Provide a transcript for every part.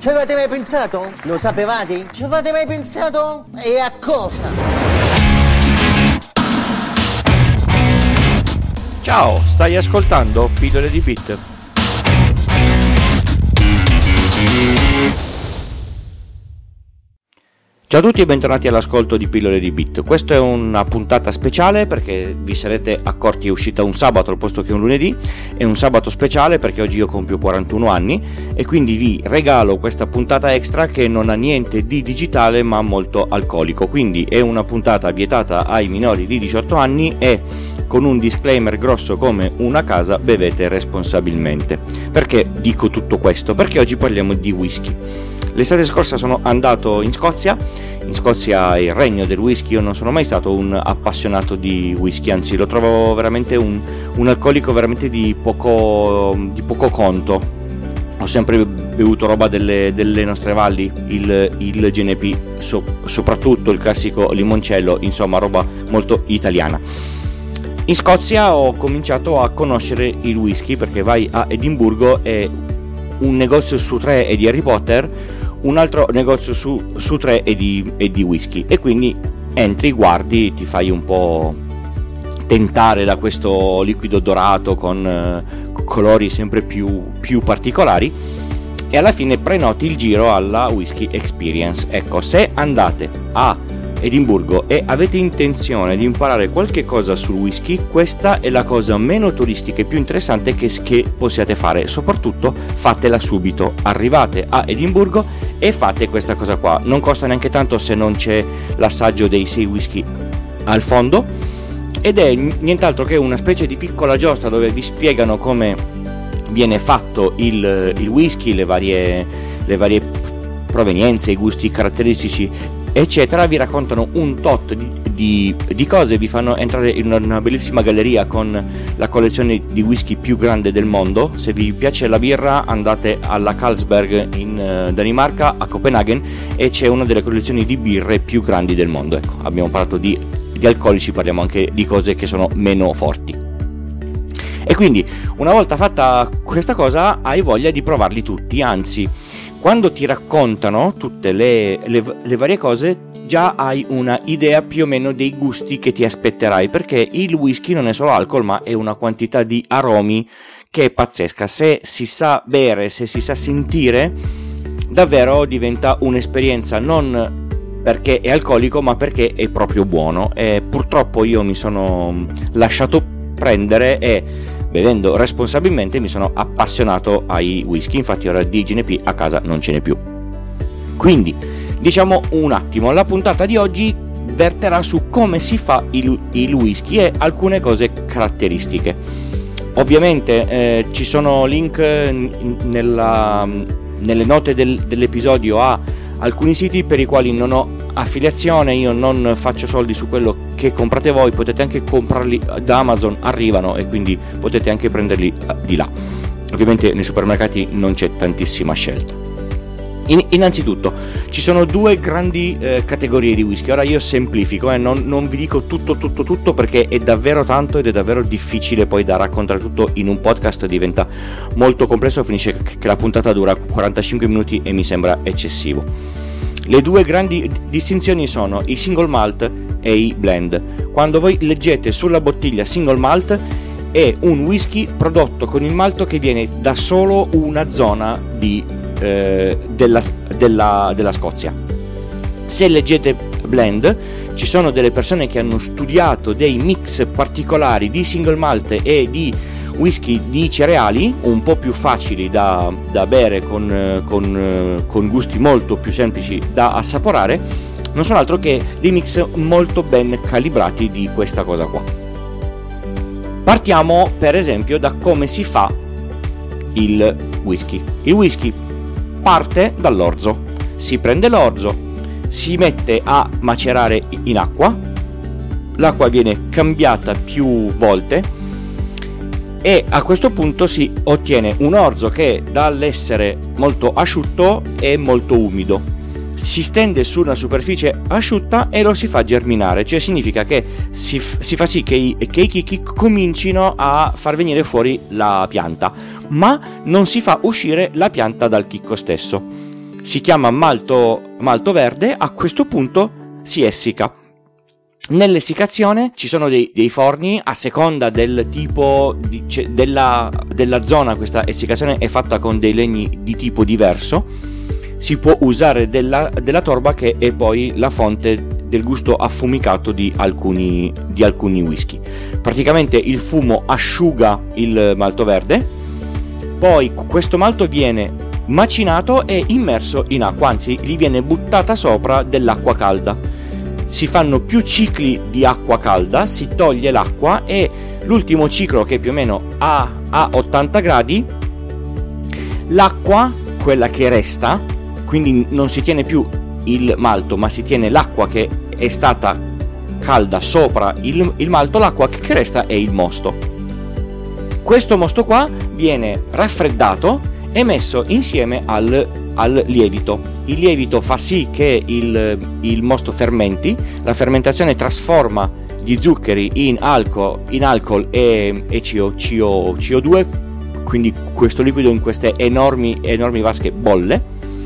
Ci avete mai pensato? Lo sapevate? Ci avete mai pensato? E a cosa? Ciao, stai ascoltando Pillole di Beat. Ciao a tutti e bentornati all'ascolto di Pillole di Beat. Questa è una puntata speciale perché vi sarete accorti è uscita un sabato al posto che un lunedì. È un sabato speciale perché oggi io compio 41 anni e quindi vi regalo questa puntata extra che non ha niente di digitale ma molto alcolico. Quindi è una puntata vietata ai minori di 18 anni e con un disclaimer grosso come una casa, bevete responsabilmente. Perché dico tutto questo? Perché oggi parliamo di whisky. L'estate scorsa sono andato in Scozia è il regno del whisky. Io non sono mai stato un appassionato di whisky, anzi lo trovo veramente un alcolico veramente di poco conto. Ho sempre bevuto roba delle nostre valli, il GNP, soprattutto il classico limoncello, insomma roba molto italiana. In Scozia ho cominciato a conoscere il whisky perché vai a Edimburgo e un negozio su 3 è di Harry Potter, un altro negozio su 3 è di whisky, e quindi entri, guardi, ti fai un po' tentare da questo liquido dorato con colori sempre più particolari e alla fine prenoti il giro alla Whisky Experience. Ecco, se andate a Edimburgo e avete intenzione di imparare qualche cosa sul whisky, questa è la cosa meno turistica e più interessante che possiate fare. Soprattutto fatela subito, arrivate a Edimburgo e fate questa cosa qua. Non costa neanche tanto se non c'è l'assaggio dei 6 whisky al fondo, ed è nient'altro che una specie di piccola giostra dove vi spiegano come viene fatto il whisky, le varie provenienze, i gusti caratteristici eccetera. Vi raccontano un tot di cose, vi fanno entrare in una bellissima galleria con la collezione di whisky più grande del mondo. Se vi piace la birra andate alla Carlsberg in Danimarca, a Copenaghen, e c'è una delle collezioni di birre più grandi del mondo. Ecco, abbiamo parlato di alcolici, parliamo anche di cose che sono meno forti. E quindi una volta fatta questa cosa hai voglia di provarli tutti, anzi quando ti raccontano tutte le varie cose già hai una idea più o meno dei gusti che ti aspetterai, perché il whisky non è solo alcol ma è una quantità di aromi che è pazzesca. Se si sa bere, se si sa sentire, davvero diventa un'esperienza, non perché è alcolico ma perché è proprio buono. E purtroppo io mi sono lasciato prendere e bevendo responsabilmente mi sono appassionato ai whisky. Infatti ora di GNP a casa non ce n'è più. Quindi diciamo un attimo, la puntata di oggi verterà su come si fa il whisky e alcune cose caratteristiche. Ovviamente ci sono link nelle note dell'episodio a alcuni siti per i quali non ho affiliazione, io non faccio soldi su quello che comprate voi, potete anche comprarli da Amazon, arrivano, e quindi potete anche prenderli di là. Ovviamente nei supermercati non c'è tantissima scelta. Innanzitutto ci sono 2 grandi categorie di whisky. Ora io semplifico, non vi dico tutto perché è davvero tanto ed è davvero difficile poi da raccontare tutto in un podcast, diventa molto complesso, finisce che la puntata dura 45 minuti e mi sembra eccessivo. Le 2 grandi distinzioni sono i single malt e i blend. Quando voi leggete sulla bottiglia single malt è un whisky prodotto con il malto che viene da solo una zona della Scozia. Se leggete blend, ci sono delle persone che hanno studiato dei mix particolari di single malt e di whisky di cereali, un po' più facili da bere, con gusti molto più semplici da assaporare. Non sono altro che dei mix molto ben calibrati di questa cosa qua. Partiamo per esempio da come si fa il whisky. Il whisky parte dall'orzo, si prende l'orzo, si mette a macerare in acqua, l'acqua viene cambiata più volte e a questo punto si ottiene un orzo che dall'essere molto asciutto è molto umido. Si stende su una superficie asciutta e lo si fa germinare, cioè significa che si fa sì che i chicchi comincino a far venire fuori la pianta, ma non si fa uscire la pianta dal chicco stesso. si chiama malto verde. A questo punto si essica. Nell'essiccazione ci sono dei forni a seconda del tipo della zona. Questa essiccazione è fatta con dei legni di tipo diverso. Si può usare della torba, che è poi la fonte del gusto affumicato di alcuni whisky. Praticamente il fumo asciuga il malto verde, poi questo malto viene macinato e immerso in acqua, anzi gli viene buttata sopra dell'acqua calda. Si fanno più cicli di acqua calda, si toglie l'acqua e l'ultimo ciclo, che più o meno a 80 gradi, l'acqua, quella che resta, quindi non si tiene più il malto ma si tiene l'acqua che è stata calda sopra il malto, l'acqua che resta è il mosto. Questo mosto qua viene raffreddato e messo insieme al lievito. Il lievito fa sì che il mosto fermenti, la fermentazione trasforma gli zuccheri in alcol e CO2, quindi questo liquido in queste enormi vasche bolle,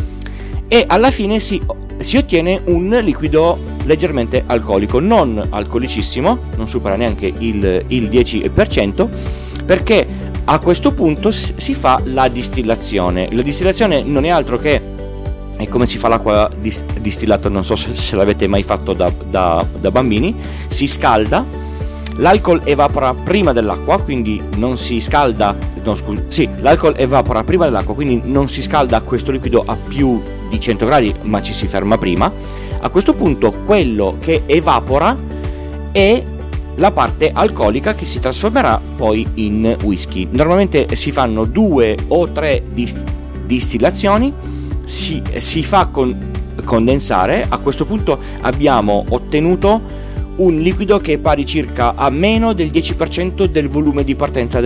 e alla fine si ottiene un liquido leggermente alcolico, non alcolicissimo, non supera neanche il 10%, perché a questo punto si fa la distillazione. La distillazione non è altro che è come si fa l'acqua distillata, non so se l'avete mai fatto da bambini. Si scalda, l'alcol evapora prima dell'acqua, quindi non si scalda, l'alcol evapora prima dell'acqua, quindi non si scalda questo liquido a più di 100 gradi, ma ci si ferma prima. A questo punto quello che evapora è la parte alcolica, che si trasformerà poi in whisky. Normalmente si fanno 2 o 3 distillazioni, si fa condensare. A questo punto abbiamo ottenuto un liquido che è pari circa a meno del 10% del volume di partenza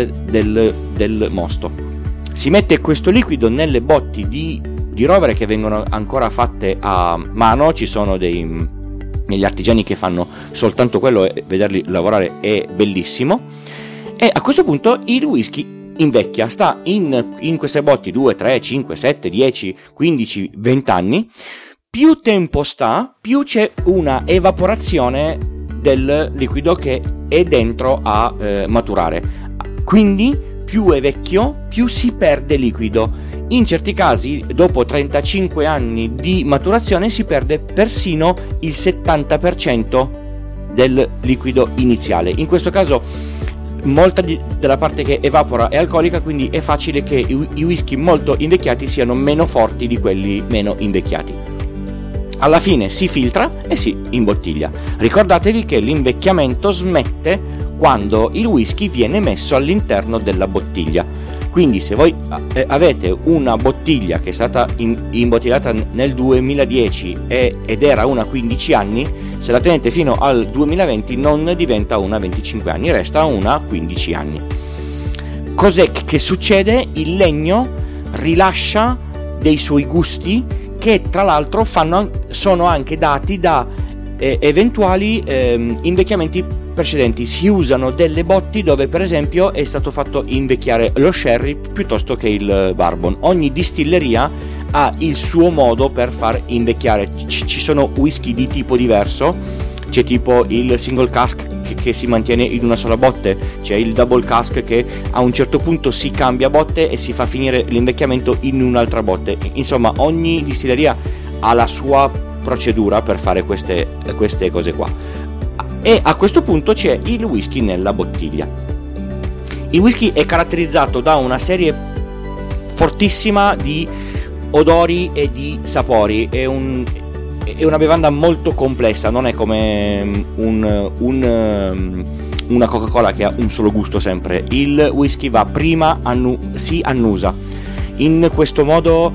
del mosto. Si mette questo liquido nelle botti di rovere che vengono ancora fatte a mano. Ci sono degli artigiani che fanno soltanto quello, e vederli lavorare è bellissimo. E a questo punto il whisky invecchia, sta in queste botti 2, 3, 5, 7, 10, 15, 20 anni. Più tempo sta, più c'è una evaporazione del liquido che è dentro a maturare, quindi più è vecchio, più si perde liquido. In certi casi, dopo 35 anni di maturazione, si perde persino il 70% del liquido iniziale. In questo caso molta della parte che evapora è alcolica, quindi è facile che i whisky molto invecchiati siano meno forti di quelli meno invecchiati. Alla fine si filtra e si imbottiglia. Ricordatevi che l'invecchiamento smette quando il whisky viene messo all'interno della bottiglia. Quindi se voi avete una bottiglia che è stata imbottigliata nel 2010 ed era una 15 anni, se la tenete fino al 2020 non diventa una 25 anni, resta una 15 anni. Cos'è che succede? Il legno rilascia dei suoi gusti, che tra l'altro sono anche dati da eventuali invecchiamenti precedenti. Si usano delle botti dove per esempio è stato fatto invecchiare lo sherry piuttosto che il bourbon. Ogni distilleria ha il suo modo per far invecchiare. Ci sono whisky di tipo diverso, c'è tipo il single cask che si mantiene in una sola botte, c'è il double cask che a un certo punto si cambia botte e si fa finire l'invecchiamento in un'altra botte. Insomma, ogni distilleria ha la sua procedura per fare queste cose qua. E a questo punto c'è il whisky nella bottiglia. Il whisky è caratterizzato da una serie fortissima di odori e di sapori. È una bevanda molto complessa, non è come una Coca-Cola che ha un solo gusto sempre. Il whisky va prima, si annusa. In questo modo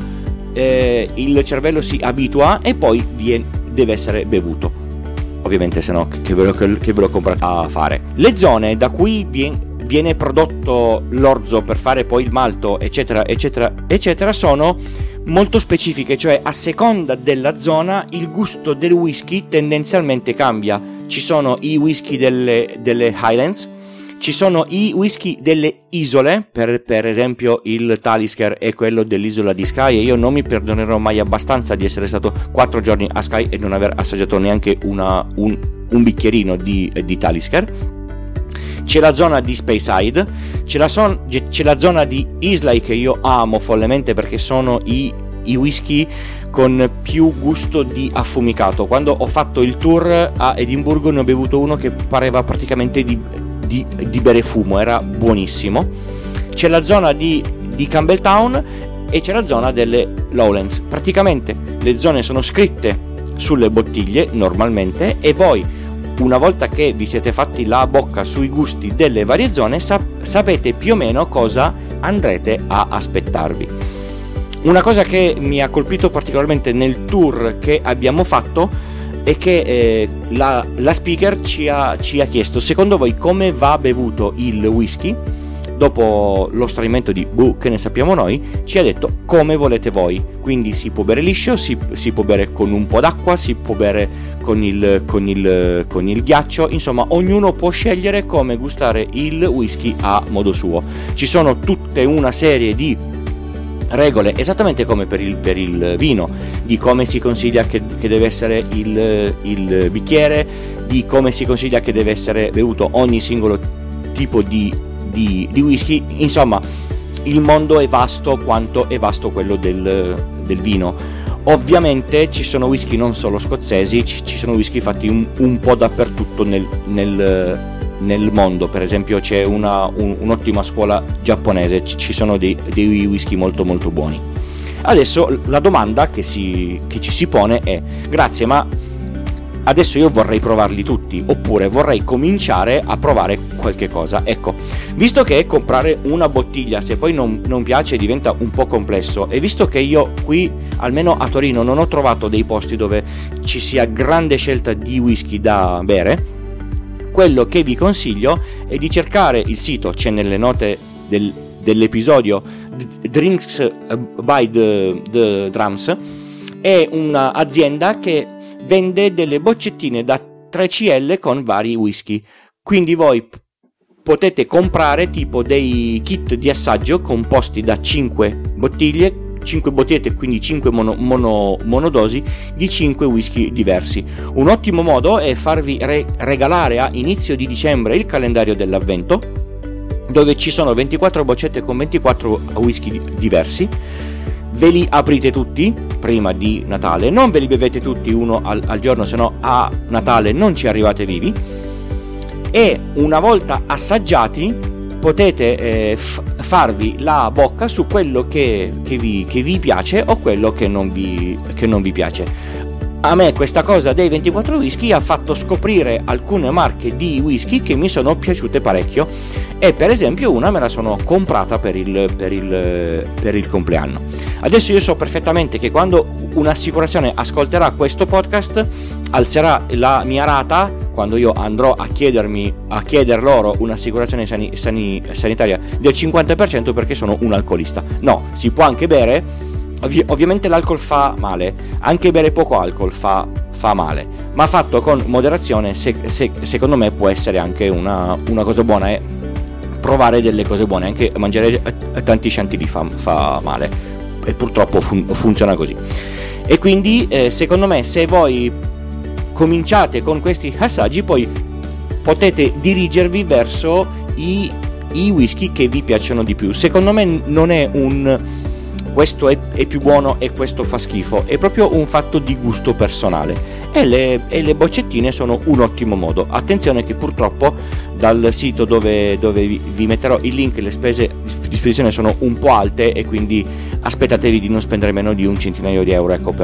il cervello si abitua e poi deve essere bevuto. Ovviamente, se no che ve lo comprate a fare. Le zone da cui viene prodotto l'orzo per fare poi il malto, eccetera eccetera eccetera, sono molto specifiche, cioè a seconda della zona il gusto del whisky tendenzialmente cambia. Ci sono i whisky delle Highlands Ci sono i whisky delle isole, per esempio il Talisker e quello dell'isola di Skye, e io non mi perdonerò mai abbastanza di essere stato 4 giorni a Skye e non aver assaggiato neanche un bicchierino di Talisker. C'è la zona di Speyside, c'è la zona di Islay che io amo follemente perché sono i whisky con più gusto di affumicato. Quando ho fatto il tour a Edimburgo ne ho bevuto uno che pareva praticamente di bere fumo, era buonissimo. C'è la zona di Campbelltown e c'è la zona delle Lowlands. Praticamente le zone sono scritte sulle bottiglie normalmente e voi, una volta che vi siete fatti la bocca sui gusti delle varie zone, sapete più o meno cosa andrete a aspettarvi. Una cosa che mi ha colpito particolarmente nel tour che abbiamo fatto è che la speaker ci ha chiesto: secondo voi come va bevuto il whisky? Dopo lo straimento di che ne sappiamo noi, ci ha detto come volete voi. Quindi si può bere liscio, si può bere con un po' d'acqua, si può bere con il ghiaccio, insomma ognuno può scegliere come gustare il whisky a modo suo. Ci sono tutte una serie di regole, esattamente come per il vino, di come si consiglia che deve essere il bicchiere, di come si consiglia che deve essere bevuto ogni singolo tipo di whisky. Insomma, il mondo è vasto quanto è vasto quello del vino. Ovviamente ci sono whisky non solo scozzesi, ci sono whisky fatti un po' dappertutto nel mondo. Per esempio c'è un'ottima scuola giapponese, ci sono dei whisky molto molto buoni. Adesso la domanda che ci si pone è: grazie, ma adesso io vorrei provarli tutti, oppure vorrei cominciare a provare qualche cosa. Ecco, visto che comprare una bottiglia, se poi non piace, diventa un po' complesso, e visto che io qui, almeno a Torino, non ho trovato dei posti dove ci sia grande scelta di whisky da bere, quello che vi consiglio è di cercare il sito, c'è nelle note dell'episodio, Drinks by the Drums. È un'azienda che vende delle boccettine da 3CL con vari whisky, quindi voi potete comprare tipo dei kit di assaggio composti da 5 bottigliette, quindi 5 monodosi di 5 whisky diversi. Un ottimo modo è farvi regalare a inizio di dicembre il calendario dell'avvento, dove ci sono 24 boccette con 24 whisky diversi. Ve li aprite tutti prima di Natale, non ve li bevete tutti uno al giorno, se no a Natale non ci arrivate vivi, e una volta assaggiati potete farvi la bocca su quello che vi piace o quello che non vi piace. A me questa cosa dei 24 whisky ha fatto scoprire alcune marche di whisky che mi sono piaciute parecchio, e per esempio una me la sono comprata per il compleanno. Adesso io so perfettamente che quando un'assicurazione ascolterà questo podcast alzerà la mia rata quando io andrò a chieder loro un'assicurazione sanitaria del 50% perché sono un alcolista. No, si può anche bere. Ovviamente l'alcol fa male, anche bere poco alcol fa male, ma fatto con moderazione secondo me può essere anche una cosa buona, e provare delle cose buone. Anche mangiare tanti chantilly fa male, e purtroppo funziona così. E quindi secondo me, se voi cominciate con questi assaggi, poi potete dirigervi verso i whisky che vi piacciono di più. Secondo me non è questo è più buono e questo fa schifo, è proprio un fatto di gusto personale, e le boccettine sono un ottimo modo. Attenzione che purtroppo dal sito dove vi metterò il link le spese di spedizione sono un po' alte, e quindi aspettatevi di non spendere meno di un centinaio di euro, ecco,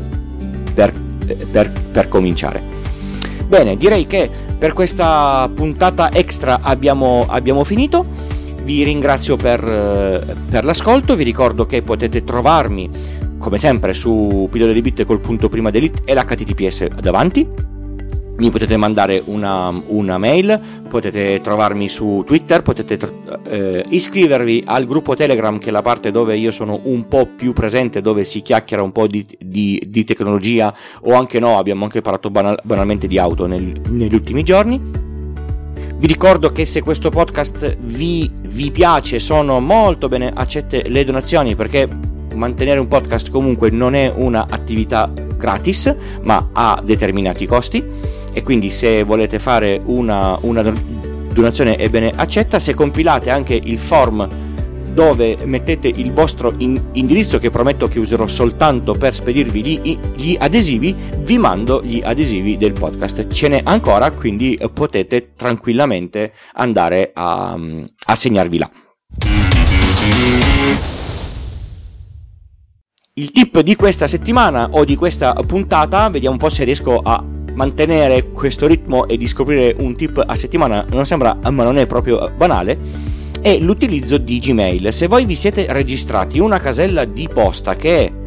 per cominciare. Bene, direi che per questa puntata extra abbiamo finito. Vi ringrazio per l'ascolto. Vi ricordo che potete trovarmi come sempre su Pillole di Bit col punto prima d'Elite e l'HTTPS davanti. Mi potete mandare una mail, potete trovarmi su Twitter, potete iscrivervi al gruppo Telegram, che è la parte dove io sono un po' più presente, dove si chiacchiera un po' di tecnologia, o anche no, abbiamo anche parlato banalmente di auto negli ultimi giorni. Vi ricordo che se questo podcast vi piace, sono molto bene accette le donazioni, perché mantenere un podcast comunque non è una attività gratis, ma ha determinati costi, e quindi se volete fare una donazione è bene accetta. Se compilate anche il form dove mettete il vostro indirizzo, che prometto che userò soltanto per spedirvi gli adesivi, vi mando gli adesivi del podcast. Ce n'è ancora, quindi potete tranquillamente andare a segnarvi là. Il tip di questa settimana o di questa puntata, vediamo un po' se riesco a mantenere questo ritmo e di scoprire un tip a settimana, non sembra, ma non è proprio banale, è l'utilizzo di Gmail. Se voi vi siete registrati una casella di posta che è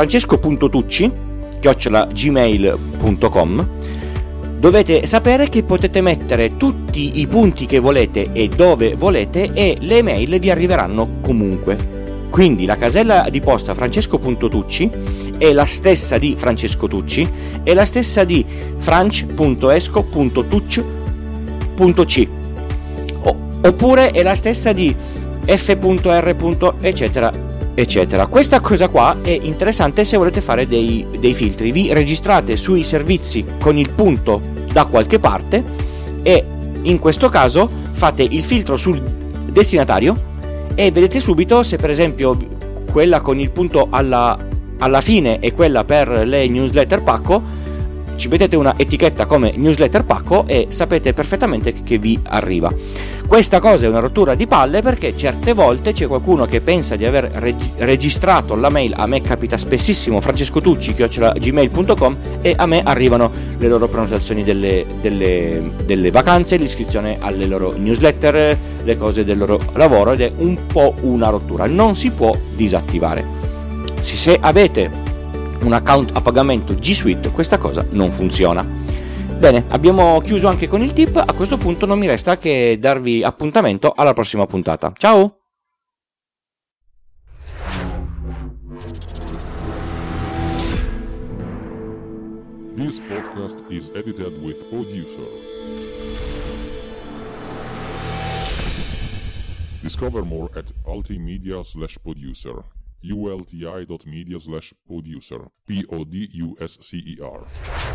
francesco.tucci@gmail.com, dovete sapere che potete mettere tutti i punti che volete e dove volete e le mail vi arriveranno comunque. Quindi la casella di posta francesco.tucci è la stessa di Francesco Tucci, è la stessa di franc.esco.tucci.c, oppure è la stessa di f.r. eccetera eccetera. Questa cosa qua è interessante se volete fare dei filtri. Vi registrate sui servizi con il punto da qualche parte e in questo caso fate il filtro sul destinatario e vedete subito se per esempio quella con il punto alla fine è quella per le newsletter pacco. Ci mettete una etichetta come newsletter pacco e sapete perfettamente che vi arriva. Questa cosa è una rottura di palle, perché certe volte c'è qualcuno che pensa di aver registrato la mail. A me capita spessissimo, francescotucci@gmail.com, e a me arrivano le loro prenotazioni delle vacanze, l'iscrizione alle loro newsletter, le cose del loro lavoro, ed è un po' una rottura. Non si può disattivare. Se avete un account a pagamento G Suite, questa cosa non funziona. Bene, abbiamo chiuso anche con il tip. A questo punto non mi resta che darvi appuntamento alla prossima puntata. Ciao! This podcast is edited with Producer. Discover more at ultimedia/producer. ulti.media/producer. PODUSCER